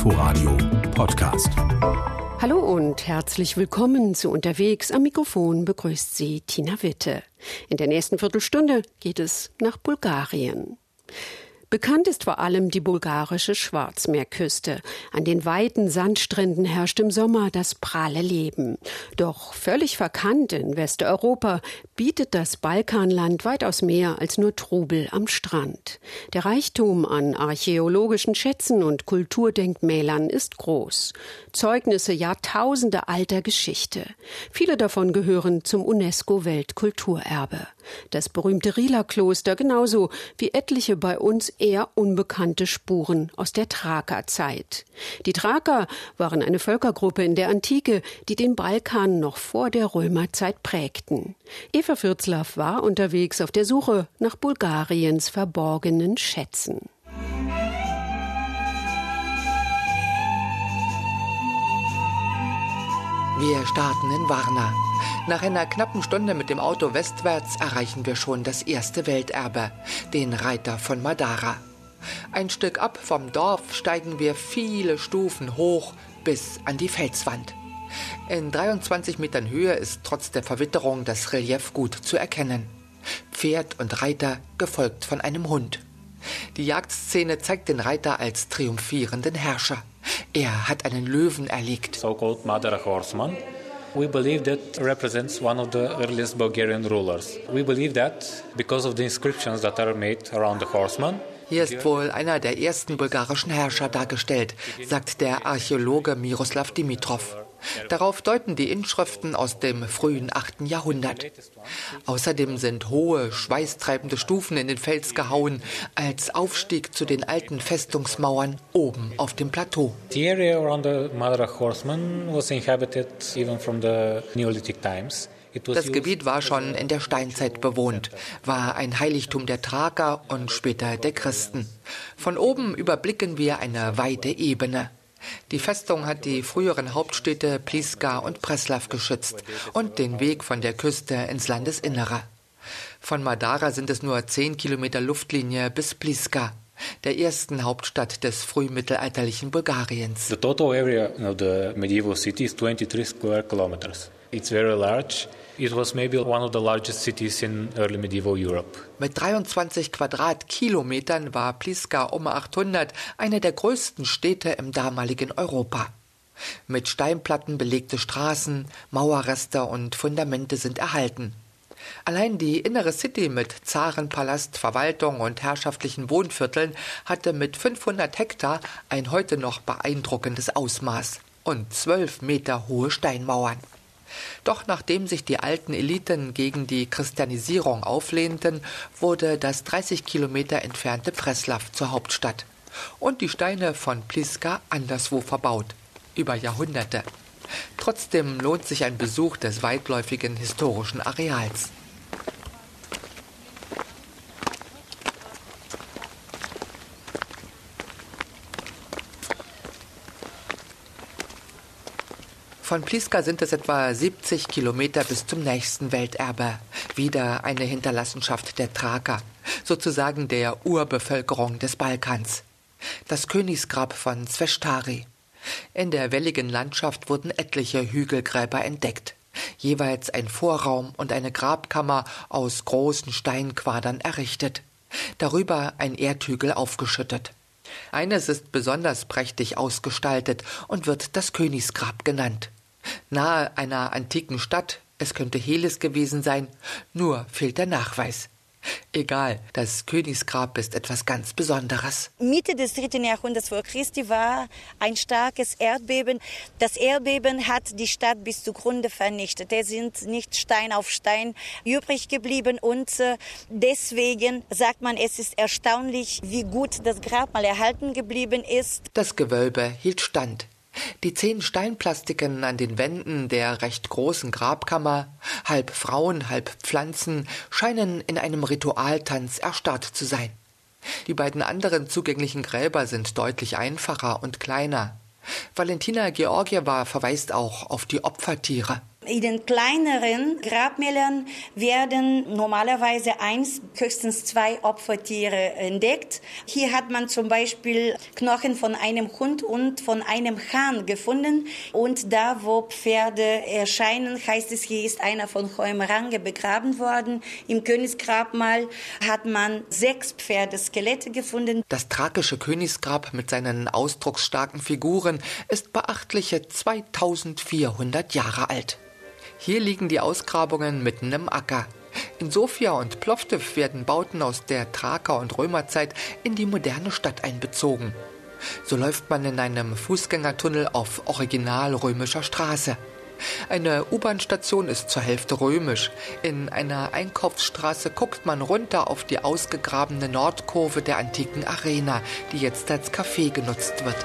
Inforadio Podcast. Hallo und herzlich willkommen zu Unterwegs. Am Mikrofon begrüßt Sie Tina Witte. In der nächsten Viertelstunde geht es nach Bulgarien. Bekannt ist vor allem die bulgarische Schwarzmeerküste. An den weiten Sandstränden herrscht im Sommer das pralle Leben. Doch völlig verkannt in Westeuropa bietet das Balkanland weitaus mehr als nur Trubel am Strand. Der Reichtum an archäologischen Schätzen und Kulturdenkmälern ist groß. Zeugnisse Jahrtausende alter Geschichte. Viele davon gehören zum UNESCO-Weltkulturerbe. Das berühmte Rila-Kloster genauso wie etliche bei uns eher unbekannte Spuren aus der Thrakerzeit. Die Thraker waren eine Völkergruppe in der Antike, die den Balkan noch vor der Römerzeit prägten. Eva Fürzlaff war unterwegs auf der Suche nach Bulgariens verborgenen Schätzen. Wir starten in Varna. Nach einer knappen Stunde mit dem Auto westwärts erreichen wir schon das erste Welterbe, den Reiter von Madara. Ein Stück ab vom Dorf steigen wir viele Stufen hoch bis an die Felswand. In 23 Metern Höhe ist trotz der Verwitterung das Relief gut zu erkennen. Pferd und Reiter gefolgt von einem Hund. Die Jagdszene zeigt den Reiter als triumphierenden Herrscher. Er hat einen Löwen erlegt. So-called Madara horseman. We believe that represents one of the earliest Bulgarian rulers. We believe that because of the inscriptions that are made around the horseman. Hier ist wohl einer der ersten bulgarischen Herrscher dargestellt, sagt der Archäologe Miroslav Dimitrov. Darauf deuten die Inschriften aus dem frühen 8. Jahrhundert. Außerdem sind hohe, schweißtreibende Stufen in den Fels gehauen, als Aufstieg zu den alten Festungsmauern oben auf dem Plateau. The area around the Madara horseman was inhabited even from the Neolithic times. Das Gebiet war schon in der Steinzeit bewohnt, war ein Heiligtum der Thraker und später der Christen. Von oben überblicken wir eine weite Ebene. Die Festung hat die früheren Hauptstädte Pliska und Preslav geschützt und den Weg von der Küste ins Landesinnere. Von Madara sind es nur 10 Kilometer Luftlinie bis Pliska, der ersten Hauptstadt des frühmittelalterlichen Bulgariens. The total area of the medieval city is 23 square kilometers. It's very large. It was maybe one of the largest cities in early medieval Europe. Mit 23 Quadratkilometern war Pliska um 800 eine der größten Städte im damaligen Europa. Mit Steinplatten belegte Straßen, Mauerreste und Fundamente sind erhalten. Allein die innere City mit Zarenpalast, Verwaltung und herrschaftlichen Wohnvierteln hatte mit 500 Hektar ein heute noch beeindruckendes Ausmaß und 12 Meter hohe Steinmauern. Doch nachdem sich die alten Eliten gegen die Christianisierung auflehnten, wurde das 30 Kilometer entfernte Preslav zur Hauptstadt und die Steine von Pliska anderswo verbaut, über Jahrhunderte. Trotzdem lohnt sich ein Besuch des weitläufigen historischen Areals. Von Pliska sind es etwa 70 Kilometer bis zum nächsten Welterbe. Wieder eine Hinterlassenschaft der Thraker, sozusagen der Urbevölkerung des Balkans. Das Königsgrab von Sveshtari. In der welligen Landschaft wurden etliche Hügelgräber entdeckt. Jeweils ein Vorraum und eine Grabkammer aus großen Steinquadern errichtet. Darüber ein Erdhügel aufgeschüttet. Eines ist besonders prächtig ausgestaltet und wird das Königsgrab genannt. Nahe einer antiken Stadt, es könnte Helis gewesen sein, nur fehlt der Nachweis. Egal, das Königsgrab ist etwas ganz Besonderes. Mitte des 3. Jahrhunderts vor Christi war ein starkes Erdbeben. Das Erdbeben hat die Stadt bis zugrunde vernichtet. Es sind nicht Stein auf Stein übrig geblieben und deswegen sagt man, es ist erstaunlich, wie gut das Grabmal erhalten geblieben ist. Das Gewölbe hielt stand. Die 10 Steinplastiken an den Wänden der recht großen Grabkammer, halb Frauen, halb Pflanzen, scheinen in einem Ritualtanz erstarrt zu sein. Die beiden anderen zugänglichen Gräber sind deutlich einfacher und kleiner. Valentina Georgieva verweist auch auf die Opfertiere. In den kleineren Grabmälern werden normalerweise 1, höchstens 2 Opfertiere entdeckt. Hier hat man zum Beispiel Knochen von einem Hund und von einem Hahn gefunden. Und da, wo Pferde erscheinen, heißt es, hier ist einer von Choemerange begraben worden. Im Königsgrabmal hat man 6 Pferdeskelette gefunden. Das thrakische Königsgrab mit seinen ausdrucksstarken Figuren ist beachtliche 2400 Jahre alt. Hier liegen die Ausgrabungen mitten im Acker. In Sofia und Plovdiv werden Bauten aus der Thraker- und Römerzeit in die moderne Stadt einbezogen. So läuft man in einem Fußgängertunnel auf original römischer Straße. Eine U-Bahn-Station ist zur Hälfte römisch. In einer Einkaufsstraße guckt man runter auf die ausgegrabene Nordkurve der antiken Arena, die jetzt als Café genutzt wird.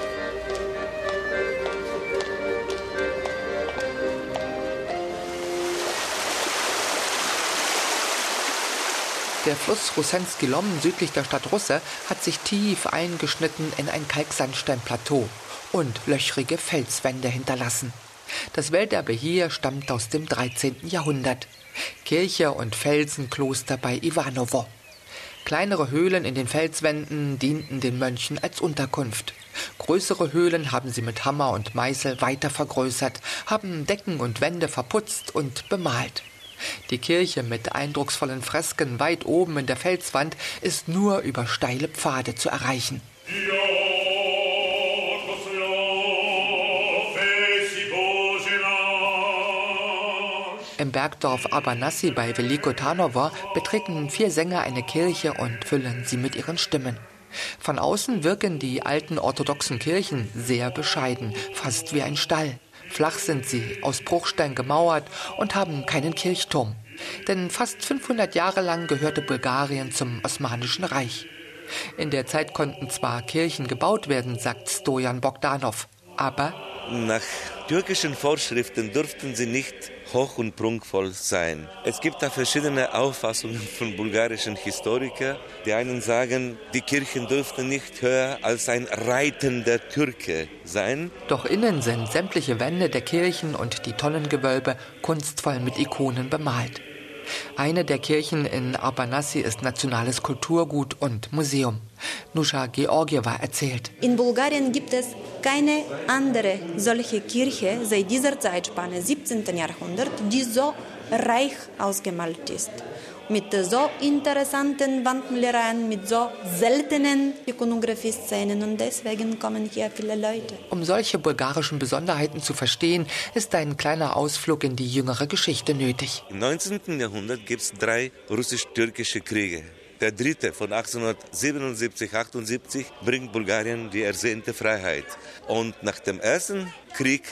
Der Fluss Rusensky Lom südlich der Stadt Russe hat sich tief eingeschnitten in ein Kalksandsteinplateau und löchrige Felswände hinterlassen. Das Welterbe hier stammt aus dem 13. Jahrhundert. Kirche und Felsenkloster bei Ivanovo. Kleinere Höhlen in den Felswänden dienten den Mönchen als Unterkunft. Größere Höhlen haben sie mit Hammer und Meißel weiter vergrößert, haben Decken und Wände verputzt und bemalt. Die Kirche mit eindrucksvollen Fresken weit oben in der Felswand ist nur über steile Pfade zu erreichen. Im Bergdorf Abanassi bei Veliko Tarnovo betreten 4 Sänger eine Kirche und füllen sie mit ihren Stimmen. Von außen wirken die alten orthodoxen Kirchen sehr bescheiden, fast wie ein Stall. Flach sind sie, aus Bruchstein gemauert und haben keinen Kirchturm. Denn fast 500 Jahre lang gehörte Bulgarien zum Osmanischen Reich. In der Zeit konnten zwar Kirchen gebaut werden, sagt Stojan Bogdanov, aber nach türkischen Vorschriften durften sie nicht hoch und prunkvoll sein. Es gibt da verschiedene Auffassungen von bulgarischen Historikern. Die einen sagen, die Kirchen dürften nicht höher als ein reitender Türke sein. Doch innen sind sämtliche Wände der Kirchen und die Tonnengewölbe kunstvoll mit Ikonen bemalt. Eine der Kirchen in Abanassi ist nationales Kulturgut und Museum. Nusha Georgieva erzählt. In Bulgarien gibt es keine andere solche Kirche seit dieser Zeitspanne, 17. Jahrhundert, die so reich ausgemalt ist. Mit so interessanten Wandmalereien, mit so seltenen Ikonografie-Szenen, und deswegen kommen hier viele Leute. Um solche bulgarischen Besonderheiten zu verstehen, ist ein kleiner Ausflug in die jüngere Geschichte nötig. Im 19. Jahrhundert gibt es 3 russisch-türkische Kriege. Der 3. von 1877-78 bringt Bulgarien die ersehnte Freiheit. Und nach dem ersten Krieg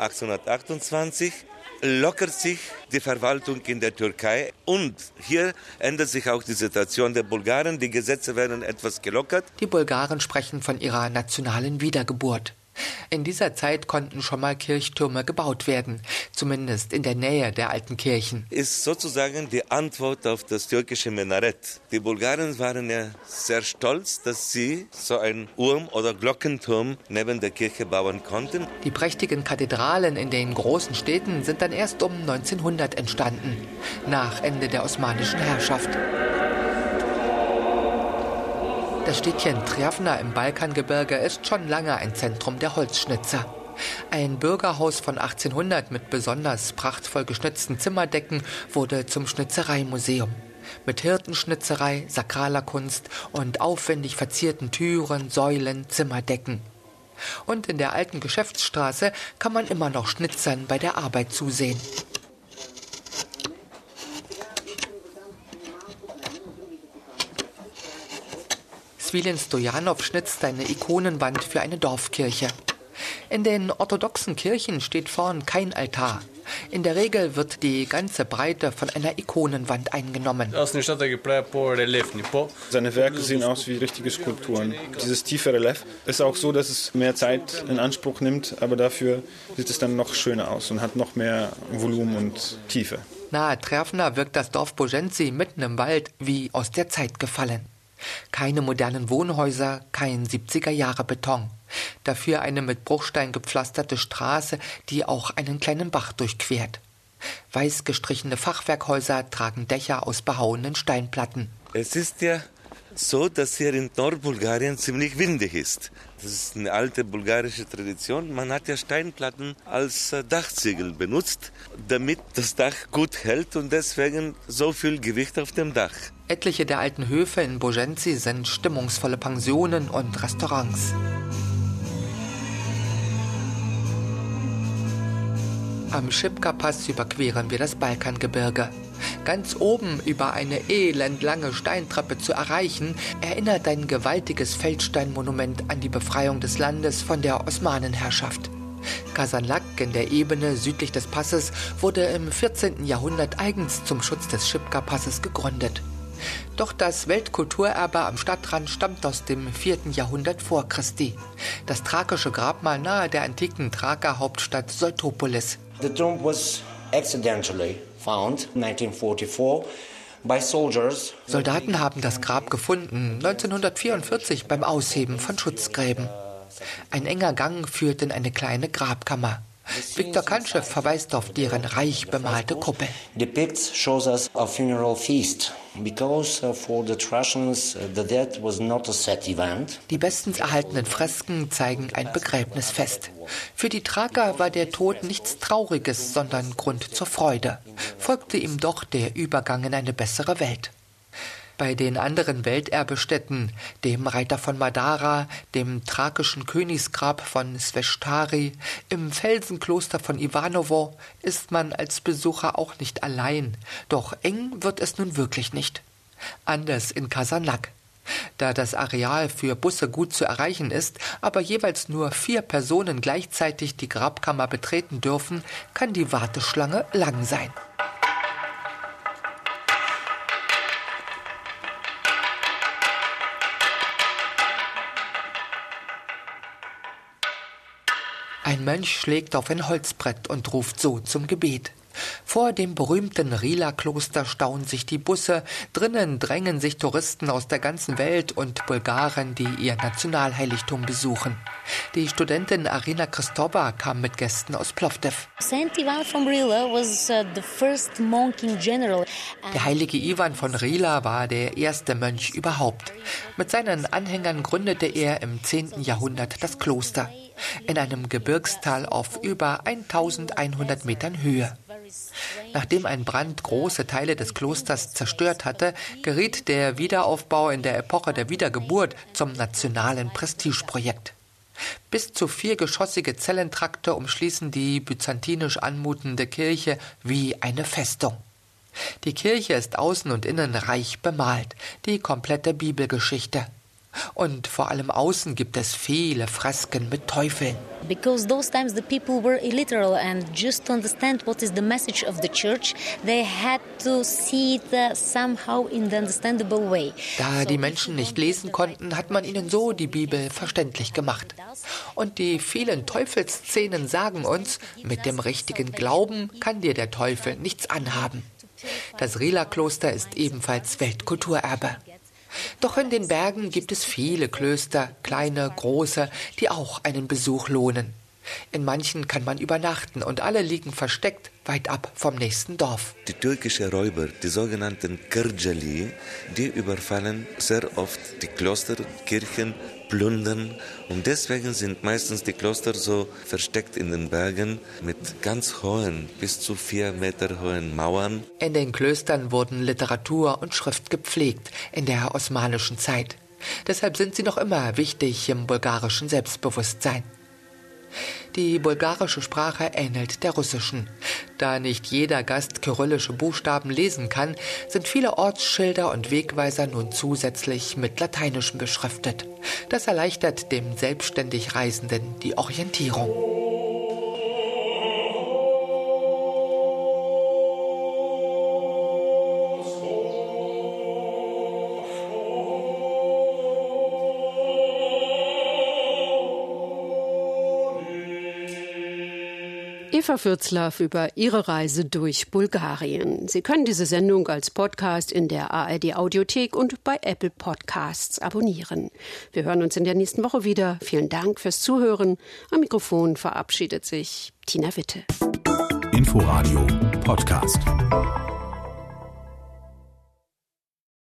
1828 lockert sich die Verwaltung in der Türkei. Und hier ändert sich auch die Situation der Bulgaren. Die Gesetze werden etwas gelockert. Die Bulgaren sprechen von ihrer nationalen Wiedergeburt. In dieser Zeit konnten schon mal Kirchtürme gebaut werden, zumindest in der Nähe der alten Kirchen. Ist sozusagen die Antwort auf das türkische Minarett. Die Bulgaren waren ja sehr stolz, dass sie so einen Uhrm- oder Glockenturm neben der Kirche bauen konnten. Die prächtigen Kathedralen in den großen Städten sind dann erst um 1900 entstanden, nach Ende der osmanischen Herrschaft. Das Städtchen Trjavna im Balkangebirge ist schon lange ein Zentrum der Holzschnitzer. Ein Bürgerhaus von 1800 mit besonders prachtvoll geschnitzten Zimmerdecken wurde zum Schnitzereimuseum. Mit Hirtenschnitzerei, sakraler Kunst und aufwendig verzierten Türen, Säulen, Zimmerdecken. Und in der alten Geschäftsstraße kann man immer noch Schnitzern bei der Arbeit zusehen. Svilin Stojanov schnitzt eine Ikonenwand für eine Dorfkirche. In den orthodoxen Kirchen steht vorn kein Altar. In der Regel wird die ganze Breite von einer Ikonenwand eingenommen. Seine Werke sehen aus wie richtige Skulpturen. Dieses tiefe Relief ist auch so, dass es mehr Zeit in Anspruch nimmt, aber dafür sieht es dann noch schöner aus und hat noch mehr Volumen und Tiefe. Nahe Trjavna wirkt das Dorf Boženci mitten im Wald wie aus der Zeit gefallen. Keine modernen Wohnhäuser, kein 70er-Jahre-Beton. Dafür eine mit Bruchstein gepflasterte Straße, die auch einen kleinen Bach durchquert. Weiß gestrichene Fachwerkhäuser tragen Dächer aus behauenen Steinplatten. Es ist ja so, dass hier in Nordbulgarien ziemlich windig ist. Das ist eine alte bulgarische Tradition. Man hat ja Steinplatten als Dachziegel benutzt, damit das Dach gut hält und deswegen so viel Gewicht auf dem Dach. Etliche der alten Höfe in Boženci sind stimmungsvolle Pensionen und Restaurants. Am Šipka-Pass überqueren wir das Balkangebirge. Ganz oben über eine elendlange Steintreppe zu erreichen, erinnert ein gewaltiges Feldsteinmonument an die Befreiung des Landes von der Osmanenherrschaft. Kasanlak in der Ebene südlich des Passes wurde im 14. Jahrhundert eigens zum Schutz des Šipka-Passes gegründet. Doch das Weltkulturerbe am Stadtrand stammt aus dem 4. Jahrhundert vor Christi. Das thrakische Grabmal nahe der antiken Thraker-Hauptstadt Soitopolis. The tomb was accidentally found 1944 by soldiers. Soldaten haben das Grab gefunden, 1944 beim Ausheben von Schutzgräben. Ein enger Gang führt in eine kleine Grabkammer. Viktor Kantschew verweist auf deren reich bemalte Kuppel. The picture shows us a funeral feast because for the Thracians the death was not a sad event. Die bestens erhaltenen Fresken zeigen ein Begräbnisfest. Für die Thraker war der Tod nichts Trauriges, sondern Grund zur Freude. Folgte ihm doch der Übergang in eine bessere Welt. Bei den anderen Welterbestätten, dem Reiter von Madara, dem thrakischen Königsgrab von Sveshtari, im Felsenkloster von Ivanovo, ist man als Besucher auch nicht allein. Doch eng wird es nun wirklich nicht. Anders in Kasanlak. Da das Areal für Busse gut zu erreichen ist, aber jeweils nur 4 Personen gleichzeitig die Grabkammer betreten dürfen, kann die Warteschlange lang sein. Ein Mönch schlägt auf ein Holzbrett und ruft so zum Gebet. Vor dem berühmten Rila-Kloster stauen sich die Busse, drinnen drängen sich Touristen aus der ganzen Welt und Bulgaren, die ihr Nationalheiligtum besuchen. Die Studentin Arina Kristova kam mit Gästen aus Plovdiv. Der heilige Ivan von Rila war der erste Mönch überhaupt. Mit seinen Anhängern gründete er im 10. Jahrhundert das Kloster. In einem Gebirgstal auf über 1100 Metern Höhe. Nachdem ein Brand große Teile des Klosters zerstört hatte, geriet der Wiederaufbau in der Epoche der Wiedergeburt zum nationalen Prestigeprojekt. Bis zu 4-geschossige Zellentrakte umschließen die byzantinisch anmutende Kirche wie eine Festung. Die Kirche ist außen und innen reich bemalt, die komplette Bibelgeschichte. Und vor allem außen gibt es viele Fresken mit Teufeln. Because those times the people were illiterate and just to understand what is the message of the church, they had to see it somehow in the understandable way. Da die Menschen nicht lesen konnten, hat man ihnen so die Bibel verständlich gemacht. Und die vielen Teufelsszenen sagen uns, mit dem richtigen Glauben kann dir der Teufel nichts anhaben. Das Rila-Kloster ist ebenfalls Weltkulturerbe. Doch in den Bergen gibt es viele Klöster, kleine, große, die auch einen Besuch lohnen. In manchen kann man übernachten und alle liegen versteckt, weit ab vom nächsten Dorf. Die türkischen Räuber, die sogenannten Kırcalı, die überfallen sehr oft die Kloster, Kirchen, plündern. Und deswegen sind meistens die Kloster so versteckt in den Bergen mit ganz hohen, bis zu 4 Meter hohen Mauern. In den Klöstern wurden Literatur und Schrift gepflegt in der osmanischen Zeit. Deshalb sind sie noch immer wichtig im bulgarischen Selbstbewusstsein. Die bulgarische Sprache ähnelt der russischen. Da nicht jeder Gast kyrillische Buchstaben lesen kann, sind viele Ortsschilder und Wegweiser nun zusätzlich mit Lateinischem beschriftet. Das erleichtert dem selbstständig Reisenden die Orientierung. Eva Fürzlaff über ihre Reise durch Bulgarien. Sie können diese Sendung als Podcast in der ARD Audiothek und bei Apple Podcasts abonnieren. Wir hören uns in der nächsten Woche wieder. Vielen Dank fürs Zuhören. Am Mikrofon verabschiedet sich Tina Witte. Inforadio Podcast.